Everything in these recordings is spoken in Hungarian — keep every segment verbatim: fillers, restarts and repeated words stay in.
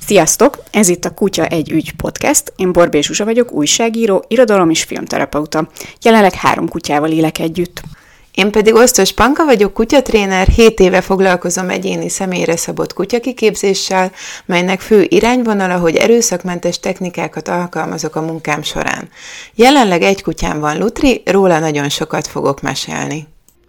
Sziasztok! Ez itt a Kutya egy ügy podcast. Én Borbély Zsuzsa vagyok, újságíró, irodalom- és filmterapeuta. Jelenleg három kutyával élek együtt. Én pedig Osztos Panka vagyok, kutyatréner, hét éve foglalkozom egyéni személyre szabott kutyakiképzéssel, melynek fő irányvonala, hogy erőszakmentes technikákat alkalmazok a munkám során. Jelenleg egy kutyám van, Lutri, róla nagyon sokat fogok mesélni.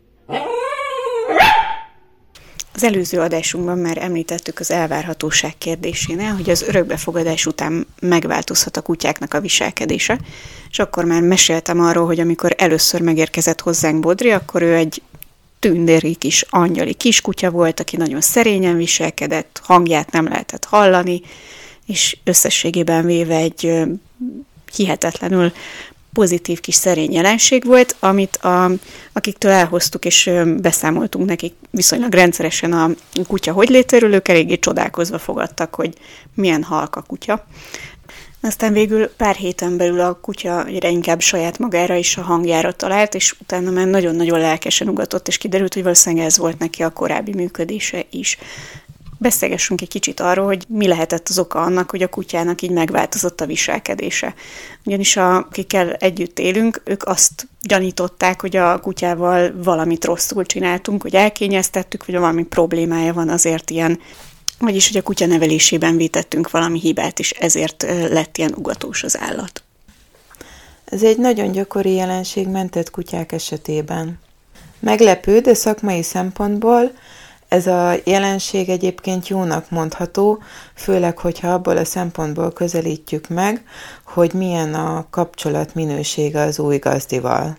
Az előző adásunkban már említettük az elvárhatóság kérdésénél, hogy az örökbefogadás után megváltozhat a kutyáknak a viselkedése, és akkor már meséltem arról, hogy amikor először megérkezett hozzánk Bodri, akkor ő egy tündéri kis angyali kiskutya volt, aki nagyon szerényen viselkedett, hangját nem lehetett hallani, és összességében véve egy hihetetlenül pozitív kis szerény jelenség volt, amit a, akiktől elhoztuk, és beszámoltunk nekik viszonylag rendszeresen a kutya hogylétéről, ők eléggé csodálkozva fogadtak, hogy milyen halk a kutya. Aztán végül pár héten belül a kutya egyre inkább saját magára is a hangjára talált, és utána már nagyon-nagyon lelkesen ugatott, és kiderült, hogy valószínűleg ez volt neki a korábbi működése is. Beszélgessünk egy kicsit arról, hogy mi lehetett az oka annak, hogy a kutyának így megváltozott a viselkedése. Ugyanis akikkel együtt élünk, ők azt gyanították, hogy a kutyával valamit rosszul csináltunk, hogy elkényeztettük, vagy valami problémája van, azért ilyen, vagyis hogy a kutya nevelésében vétettünk valami hibát, és ezért lett ilyen ugatós az állat. Ez egy nagyon gyakori jelenség mentett kutyák esetében. Meglepő, de szakmai szempontból ez a jelenség egyébként jónak mondható, főleg, hogyha abból a szempontból közelítjük meg, hogy milyen a kapcsolat minősége az új gazdival.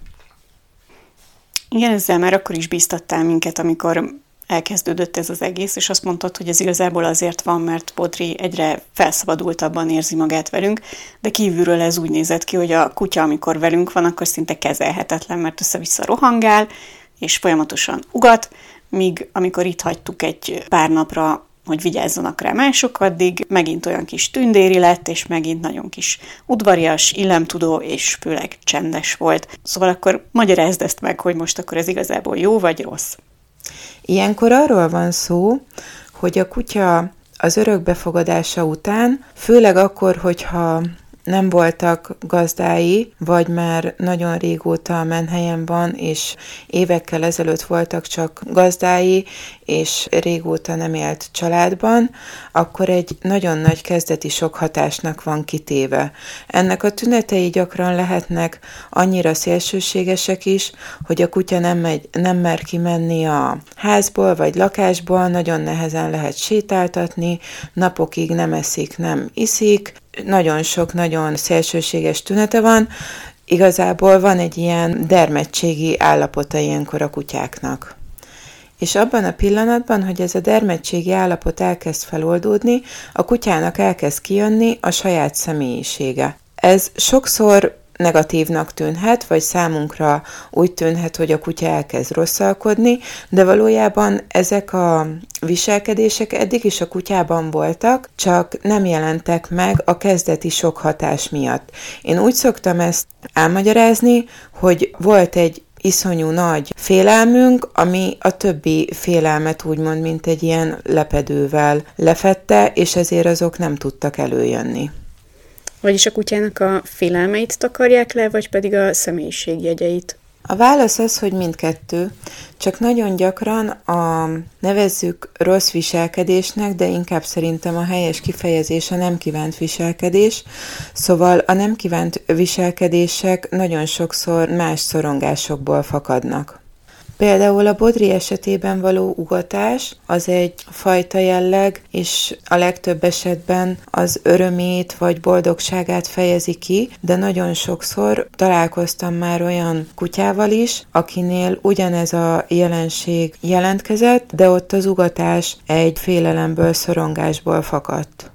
Igen, ezzel már akkor is bíztattál minket, amikor elkezdődött ez az egész, és azt mondtad, hogy ez igazából azért van, mert Bodri egyre felszabadultabban érzi magát velünk, de kívülről ez úgy nézett ki, hogy a kutya, amikor velünk van, akkor szinte kezelhetetlen, mert össze-vissza rohangál, és folyamatosan ugat, míg amikor itt hagytuk egy pár napra, hogy vigyázzanak rá mások, addig megint olyan kis tündéri lett, és megint nagyon kis udvarias, illemtudó, és főleg csendes volt. Szóval akkor magyarázd ezt meg, hogy most akkor ez igazából jó vagy rossz. Ilyenkor arról van szó, hogy a kutya az örökbefogadása után, főleg akkor, hogyha nem voltak gazdái, vagy már nagyon régóta a menhelyen van, és évekkel ezelőtt voltak csak gazdái, és régóta nem élt családban, akkor egy nagyon nagy kezdeti sok hatásnak van kitéve. Ennek a tünetei gyakran lehetnek annyira szélsőségesek is, hogy a kutya nem, megy, nem mer kimenni a házból, vagy lakásból, nagyon nehezen lehet sétáltatni, napokig nem eszik, nem iszik, nagyon sok, nagyon szélsőséges tünete van, igazából van egy ilyen dermedtségi állapota ilyenkor a kutyáknak. És abban a pillanatban, hogy ez a dermedtségi állapot elkezd feloldódni, a kutyának elkezd kijönni a saját személyisége. Ez sokszor negatívnak tűnhet, vagy számunkra úgy tűnhet, hogy a kutya elkezd rosszalkodni, de valójában ezek a viselkedések eddig is a kutyában voltak, csak nem jelentek meg a kezdeti sok hatás miatt. Én úgy szoktam ezt elmagyarázni, hogy volt egy iszonyú nagy félelmünk, ami a többi félelmet úgymond, mint egy ilyen lepedővel lefedte, és ezért azok nem tudtak előjönni. Vagyis a kutyának a félelmeit takarják le, vagy pedig a személyiségjegyeit? A válasz az, hogy mindkettő, csak nagyon gyakran a nevezzük rossz viselkedésnek, de inkább szerintem a helyes kifejezés a nem kívánt viselkedés, szóval a nem kívánt viselkedések nagyon sokszor más szorongásokból fakadnak. Például a Bodri esetében való ugatás az egy fajta jelleg, és a legtöbb esetben az örömét vagy boldogságát fejezi ki, de nagyon sokszor találkoztam már olyan kutyával is, akinél ugyanez a jelenség jelentkezett, de ott az ugatás egy félelemből, szorongásból fakadt.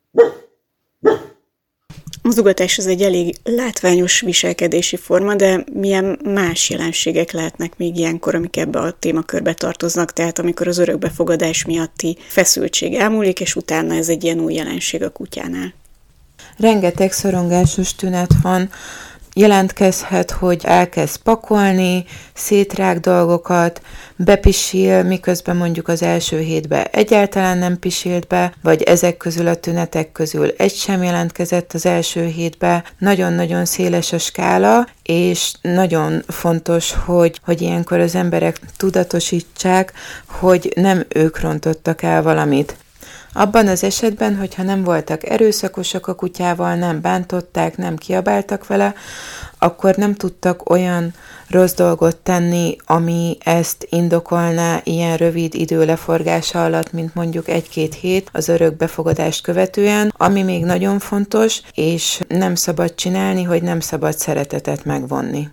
Az ugatás az egy elég látványos viselkedési forma, de milyen más jelenségek lehetnek még ilyenkor, amik ebbe a témakörbe tartoznak, tehát amikor az örökbefogadás miatti feszültség elmúlik, és utána ez egy ilyen új jelenség a kutyánál. Rengeteg szorongásos tünet van, jelentkezhet, hogy elkezd pakolni, szétrág dolgokat, bepisil, miközben mondjuk az első hétben egyáltalán nem pisilt be, vagy ezek közül a tünetek közül egy sem jelentkezett az első hétben. Nagyon-nagyon széles a skála, és nagyon fontos, hogy, hogy ilyenkor az emberek tudatosítsák, hogy nem ők rontottak el valamit. Abban az esetben, hogyha nem voltak erőszakosak a kutyával, nem bántották, nem kiabáltak vele, akkor nem tudtak olyan rossz dolgot tenni, ami ezt indokolná ilyen rövid idő leforgása alatt, mint mondjuk egy-két hét az örökbefogadást követően, ami még nagyon fontos, és nem szabad csinálni, hogy nem szabad szeretetet megvonni.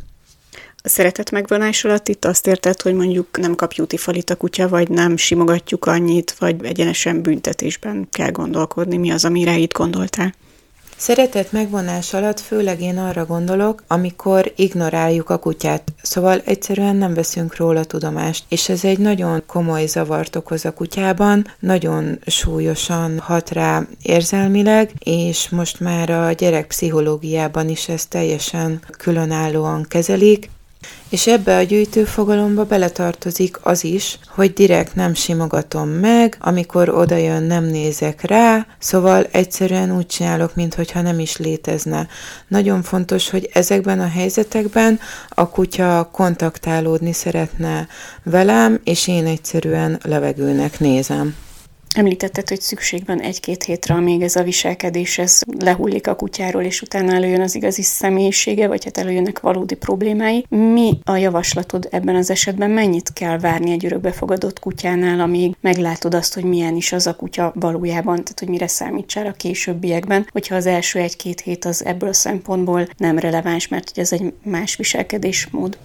A szeretet megvonás alatt itt azt érted, hogy mondjuk nem kap jutifalit a kutya, vagy nem simogatjuk annyit, vagy egyenesen büntetésben kell gondolkodni. Mi az, amire itt gondoltál? Szeretet megvonás alatt főleg én arra gondolok, amikor ignoráljuk a kutyát, szóval egyszerűen nem veszünk róla tudomást, és ez egy nagyon komoly zavart okoz a kutyában, nagyon súlyosan hat rá érzelmileg, és most már a gyerekpszichológiában is ezt teljesen különállóan kezelik, és ebbe a gyűjtőfogalomba beletartozik az is, hogy direkt nem simogatom meg, amikor odajön, nem nézek rá, szóval egyszerűen úgy csinálok, minthogyha nem is létezne. Nagyon fontos, hogy ezekben a helyzetekben a kutya kontaktálódni szeretne velem, és én egyszerűen levegőnek nézem. Említetted, hogy szükség van egy-két hétre, amíg ez a viselkedés ez lehullik a kutyáról, és utána előjön az igazi személyisége, vagy hát előjönnek valódi problémái. Mi a javaslatod ebben az esetben? Mennyit kell várni egy örökbefogadott kutyánál, amíg meglátod azt, hogy milyen is az a kutya valójában, tehát hogy mire számítsál a későbbiekben, hogyha az első egy-két hét az ebből a szempontból nem releváns, mert hogy ez egy más viselkedésmód?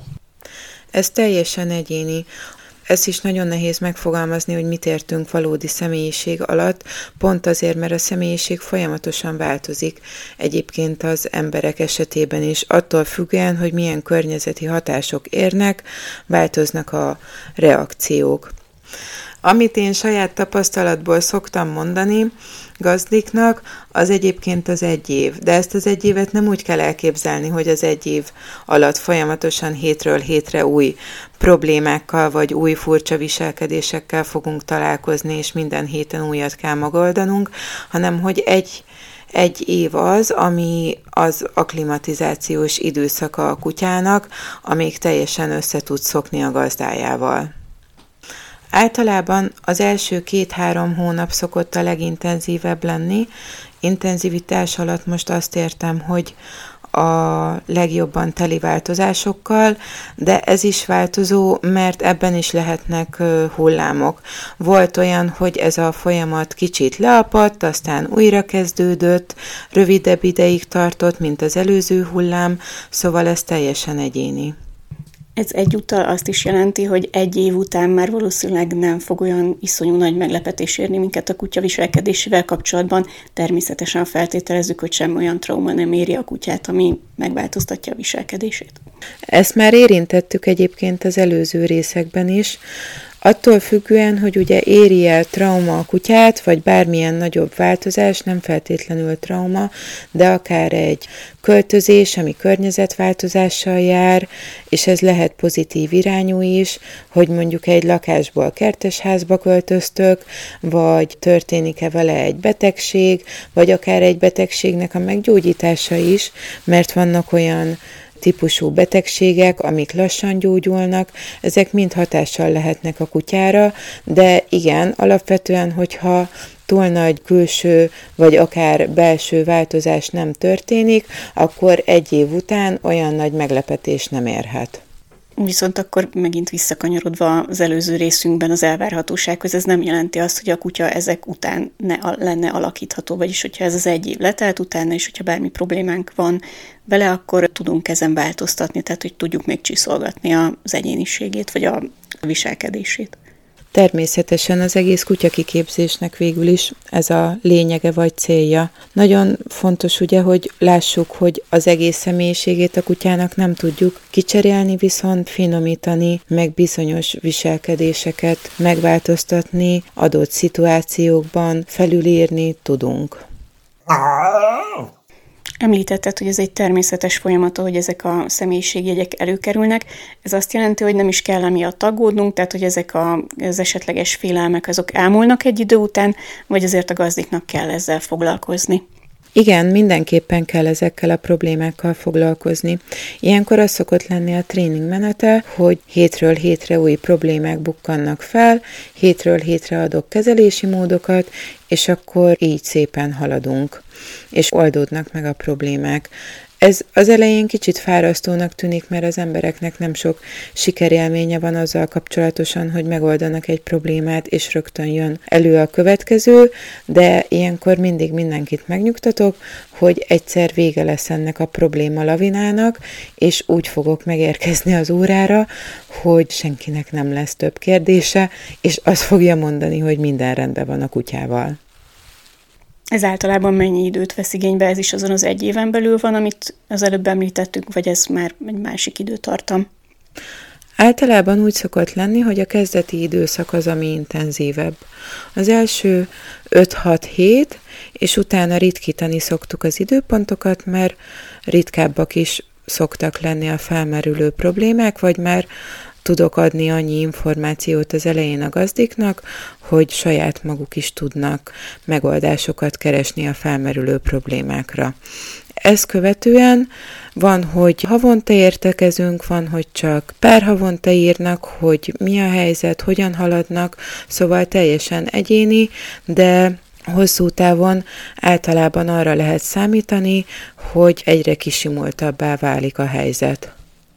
Ez teljesen egyéni. Ezt is nagyon nehéz megfogalmazni, hogy mit értünk valódi személyiség alatt, pont azért, mert a személyiség folyamatosan változik. Egyébként az emberek esetében is, attól függően, hogy milyen környezeti hatások érnek, változnak a reakciók. Amit én saját tapasztalatból szoktam mondani gazdiknak, az egyébként az egy év. De ezt az egy évet nem úgy kell elképzelni, hogy az egy év alatt folyamatosan hétről hétre új problémákkal vagy új furcsa viselkedésekkel fogunk találkozni, és minden héten újat kell megoldanunk, hanem hogy egy Egy év az, ami az akklimatizációs időszaka a kutyának, amíg teljesen össze tud szokni a gazdájával. Általában az első két-három hónap szokott a legintenzívebb lenni. Intenzivitás alatt most azt értem, hogy a legjobban teli változásokkal, de ez is változó, mert ebben is lehetnek hullámok. Volt olyan, hogy ez a folyamat kicsit leapadt, aztán újra kezdődött, rövidebb ideig tartott, mint az előző hullám, szóval ez teljesen egyéni. Ez egyúttal azt is jelenti, hogy egy év után már valószínűleg nem fog olyan iszonyú nagy meglepetés érni minket a kutya viselkedésével kapcsolatban. Természetesen feltételezzük, hogy semmi olyan trauma nem éri a kutyát, ami megváltoztatja a viselkedését. Ezt már érintettük egyébként az előző részekben is. Attól függően, hogy ugye éri el trauma a kutyát, vagy bármilyen nagyobb változás, nem feltétlenül trauma, de akár egy költözés, ami környezetváltozással jár, és ez lehet pozitív irányú is, hogy mondjuk egy lakásból kertesházba költöztök, vagy történik-e vele egy betegség, vagy akár egy betegségnek a meggyógyítása is, mert vannak olyan típusú betegségek, amik lassan gyógyulnak, ezek mind hatással lehetnek a kutyára, de igen, alapvetően, hogyha túl nagy külső vagy akár belső változás nem történik, akkor egy év után olyan nagy meglepetés nem érhet. Viszont akkor megint visszakanyarodva az előző részünkben az elvárhatósághoz, ez nem jelenti azt, hogy a kutya ezek után ne lenne alakítható, vagyis hogyha ez az egy év letelt utána, és hogyha bármi problémánk van vele, akkor tudunk ezen változtatni, tehát hogy tudjuk még csiszolgatni az egyéniségét, vagy a viselkedését. Természetesen az egész kutyakiképzésnek végül is ez a lényege vagy célja. Nagyon fontos ugye, hogy lássuk, hogy az egész személyiségét a kutyának nem tudjuk kicserélni, viszont finomítani, meg bizonyos viselkedéseket megváltoztatni, adott szituációkban felülírni tudunk. Említetted, hogy ez egy természetes folyamat, hogy ezek a személyiségjegyek előkerülnek. Ez azt jelenti, hogy nem is kell emiatt aggódnunk, tehát hogy ezek a, az esetleges félelmek azok elmúlnak egy idő után, vagy azért a gazdiknak kell ezzel foglalkozni? Igen, mindenképpen kell ezekkel a problémákkal foglalkozni. Ilyenkor az szokott lenni a tréning menete, hogy hétről hétre új problémák bukkannak fel, hétről hétre adok kezelési módokat, és akkor így szépen haladunk, és oldódnak meg a problémák. Ez az elején kicsit fárasztónak tűnik, mert az embereknek nem sok sikerélménye van azzal kapcsolatosan, hogy megoldanak egy problémát, és rögtön jön elő a következő, de ilyenkor mindig mindenkit megnyugtatok, hogy egyszer vége lesz ennek a probléma lavinának, és úgy fogok megérkezni az órára, hogy senkinek nem lesz több kérdése, és azt fogja mondani, hogy minden rendben van a kutyával. Ez általában mennyi időt vesz igénybe? Ez is azon az egy éven belül van, amit az előbb említettünk, vagy ez már egy másik időtartam? Általában úgy szokott lenni, hogy a kezdeti időszak az, ami intenzívebb. Az első öt-hat hét, és utána ritkítani szoktuk az időpontokat, mert ritkábbak is szoktak lenni a felmerülő problémák, vagy már tudok adni annyi információt az elején a gazdiknak, hogy saját maguk is tudnak megoldásokat keresni a felmerülő problémákra. Ezt követően van, hogy havonta értekezünk, van, hogy csak pár havonta írnak, hogy mi a helyzet, hogyan haladnak, szóval teljesen egyéni, de hosszú távon általában arra lehet számítani, hogy egyre kisimultabbá válik a helyzet.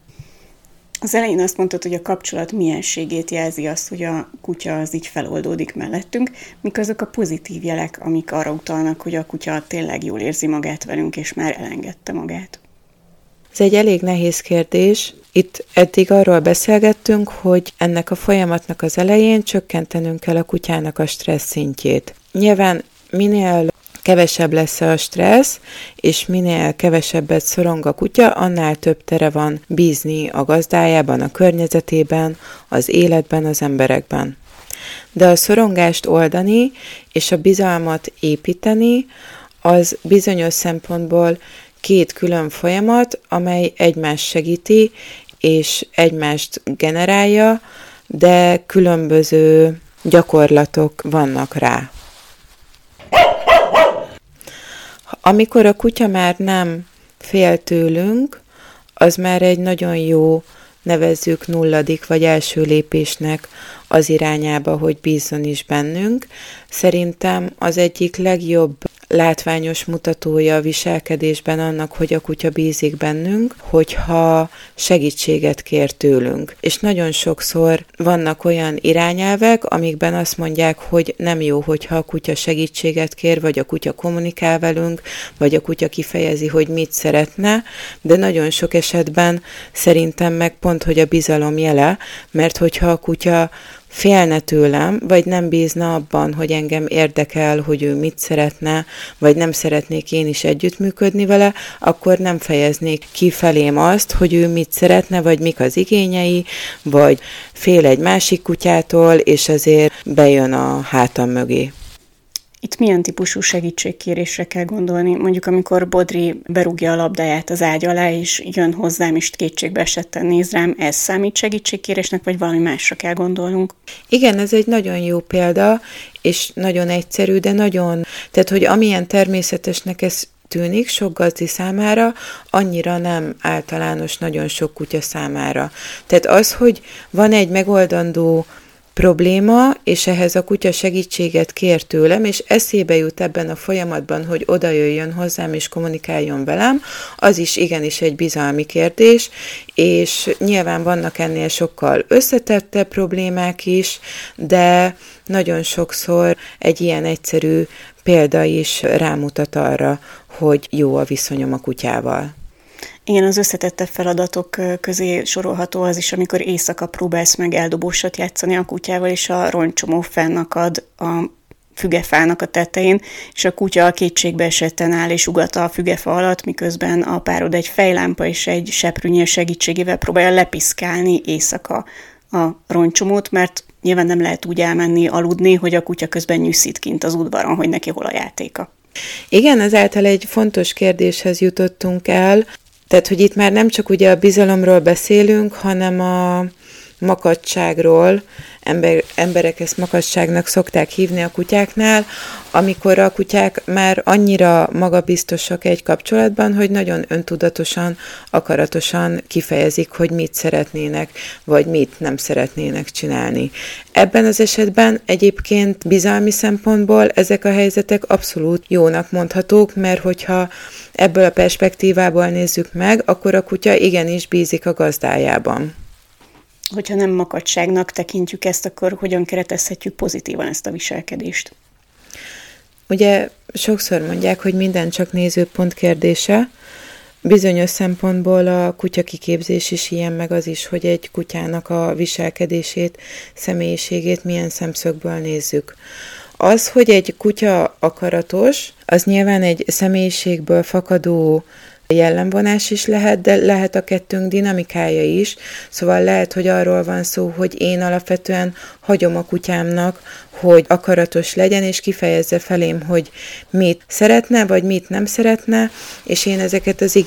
Az elején azt mondtad, hogy a kapcsolat mienségét jelzi azt, hogy a kutya az így feloldódik mellettünk, mik azok a pozitív jelek, amik arra utalnak, hogy a kutya tényleg jól érzi magát velünk, és már elengedte magát. Ez egy elég nehéz kérdés. Itt eddig arról beszélgettünk, hogy ennek a folyamatnak az elején csökkentenünk kell a kutyának a stressz szintjét. Nyilván minél kevesebb lesz a stressz, és minél kevesebbet szorong a kutya, annál több tere van bízni a gazdájában, a környezetében, az életben, az emberekben. De a szorongást oldani, és a bizalmat építeni, az bizonyos szempontból két külön folyamat, amely egymást segíti, és egymást generálja, de különböző gyakorlatok vannak rá. Amikor a kutya már nem fél tőlünk, az már egy nagyon jó, nevezzük nulladik vagy első lépésnek az irányába, hogy bízzon is bennünk. Szerintem az egyik legjobb látványos mutatója a viselkedésben annak, hogy a kutya bízik bennünk, hogyha segítséget kér tőlünk. És nagyon sokszor vannak olyan irányelvek, amikben azt mondják, hogy nem jó, hogyha a kutya segítséget kér, vagy a kutya kommunikál velünk, vagy a kutya kifejezi, hogy mit szeretne, de nagyon sok esetben szerintem meg pont, hogy a bizalom jele, mert hogyha a kutya félne tőlem, vagy nem bízna abban, hogy engem érdekel, hogy ő mit szeretne, vagy nem szeretnék én is együttműködni vele, akkor nem fejeznék ki felém azt, hogy ő mit szeretne, vagy mik az igényei, vagy fél egy másik kutyától, és ezért bejön a hátam mögé. Itt milyen típusú segítségkérésre kell gondolni? Mondjuk, amikor Bodri berúgja a labdáját az ágy alá, és jön hozzám, és kétségbe esetten néz rám, ez számít segítségkérésnek, vagy valami másra kell gondolnunk? Igen, ez egy nagyon jó példa, és nagyon egyszerű, de nagyon, tehát, hogy amilyen természetesnek ez tűnik sok gazdi számára, annyira nem általános nagyon sok kutya számára. Tehát az, hogy van egy megoldandó probléma, és ehhez a kutya segítséget kér tőlem, és eszébe jut ebben a folyamatban, hogy oda jöjjön hozzám és kommunikáljon velem, az is igenis egy bizalmi kérdés, és nyilván vannak ennél sokkal összetettebb problémák is, de nagyon sokszor egy ilyen egyszerű példa is rámutat arra, hogy jó a viszonyom a kutyával. Igen, az összetettebb feladatok közé sorolható az is, amikor éjszaka próbálsz meg eldobósat játszani a kutyával, és a roncsomó fennakad a fügefának a tetején, és a kutya a kétségbe esetten áll és ugat a fügefa alatt, miközben a párod egy fejlámpa és egy seprűnyél segítségével próbálja lepiszkálni éjszaka a roncsomót, mert nyilván nem lehet úgy elmenni aludni, hogy a kutya közben nyűszít kint az udvaron, hogy neki hol a játéka. Igen, ezáltal egy fontos kérdéshez jutottunk el, tehát, hogy itt már nem csak ugye a bizalomról beszélünk, hanem a makacságról, ember, emberek ezt makacságnak szokták hívni a kutyáknál, amikor a kutyák már annyira magabiztosak egy kapcsolatban, hogy nagyon öntudatosan, akaratosan kifejezik, hogy mit szeretnének, vagy mit nem szeretnének csinálni. Ebben az esetben egyébként bizalmi szempontból ezek a helyzetek abszolút jónak mondhatók, mert hogyha ebből a perspektívából nézzük meg, akkor a kutya igenis bízik a gazdájában. Hogyha nem makacságnak tekintjük ezt, akkor hogyan keretezhetjük pozitívan ezt a viselkedést? Ugye sokszor mondják, hogy minden csak nézőpont kérdése. Bizonyos szempontból a kutya kiképzés is ilyen, meg az is, hogy egy kutyának a viselkedését, személyiségét milyen szemszögből nézzük. Az, hogy egy kutya akaratos, az nyilván egy személyiségből fakadó jellemvonás is lehet, de lehet a kettőnk dinamikája is, szóval lehet, hogy arról van szó, hogy én alapvetően hagyom a kutyámnak, hogy akaratos legyen, és kifejezze felém, hogy mit szeretne, vagy mit nem szeretne, és én ezeket az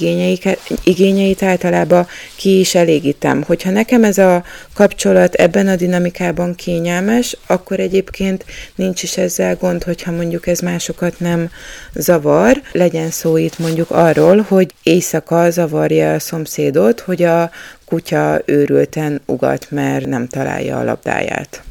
igényeit általában ki is elégítem. Hogyha nekem ez a kapcsolat ebben a dinamikában kényelmes, akkor egyébként nincs is ezzel gond, hogyha mondjuk ez másokat nem zavar. Legyen szó itt mondjuk arról, hogy éjszaka zavarja a szomszédot, hogy a kutya őrülten ugat, mert nem találja a labdáját.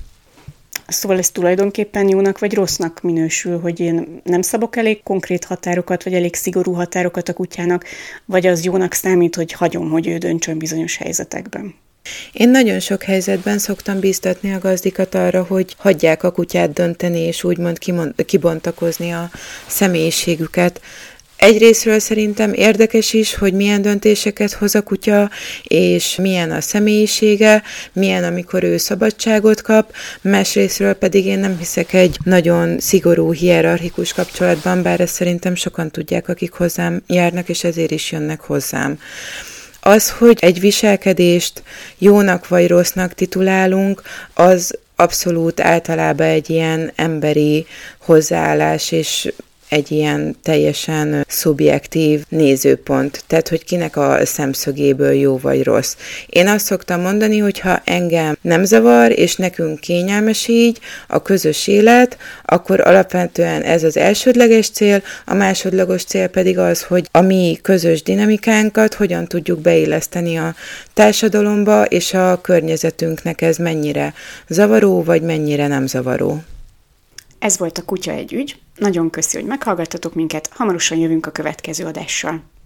Szóval ez tulajdonképpen jónak vagy rossznak minősül, hogy én nem szabok elég konkrét határokat, vagy elég szigorú határokat a kutyának, vagy az jónak számít, hogy hagyom, hogy ő döntsön bizonyos helyzetekben? Én nagyon sok helyzetben szoktam bíztatni a gazdikat arra, hogy hagyják a kutyát dönteni, és úgymond kibontakozni a személyiségüket. Egyrészről szerintem érdekes is, hogy milyen döntéseket hoz a kutya, és milyen a személyisége, milyen, amikor ő szabadságot kap, másrészről pedig én nem hiszek egy nagyon szigorú, hierarchikus kapcsolatban, bár ezt szerintem sokan tudják, akik hozzám járnak, és ezért is jönnek hozzám. Az, hogy egy viselkedést jónak vagy rossznak titulálunk, az abszolút általában egy ilyen emberi hozzáállás, és egy ilyen teljesen szubjektív nézőpont, tehát hogy kinek a szemszögéből jó vagy rossz. Én azt szoktam mondani, hogy ha engem nem zavar, és nekünk kényelmes így a közös élet, akkor alapvetően ez az elsődleges cél, a másodlagos cél pedig az, hogy a mi közös dinamikánkat hogyan tudjuk beilleszteni a társadalomba, és a környezetünknek ez mennyire zavaró, vagy mennyire nem zavaró. Ez volt a Kutya egy ügy. Nagyon köszi, hogy meghallgattatok minket, hamarosan jövünk a következő adással.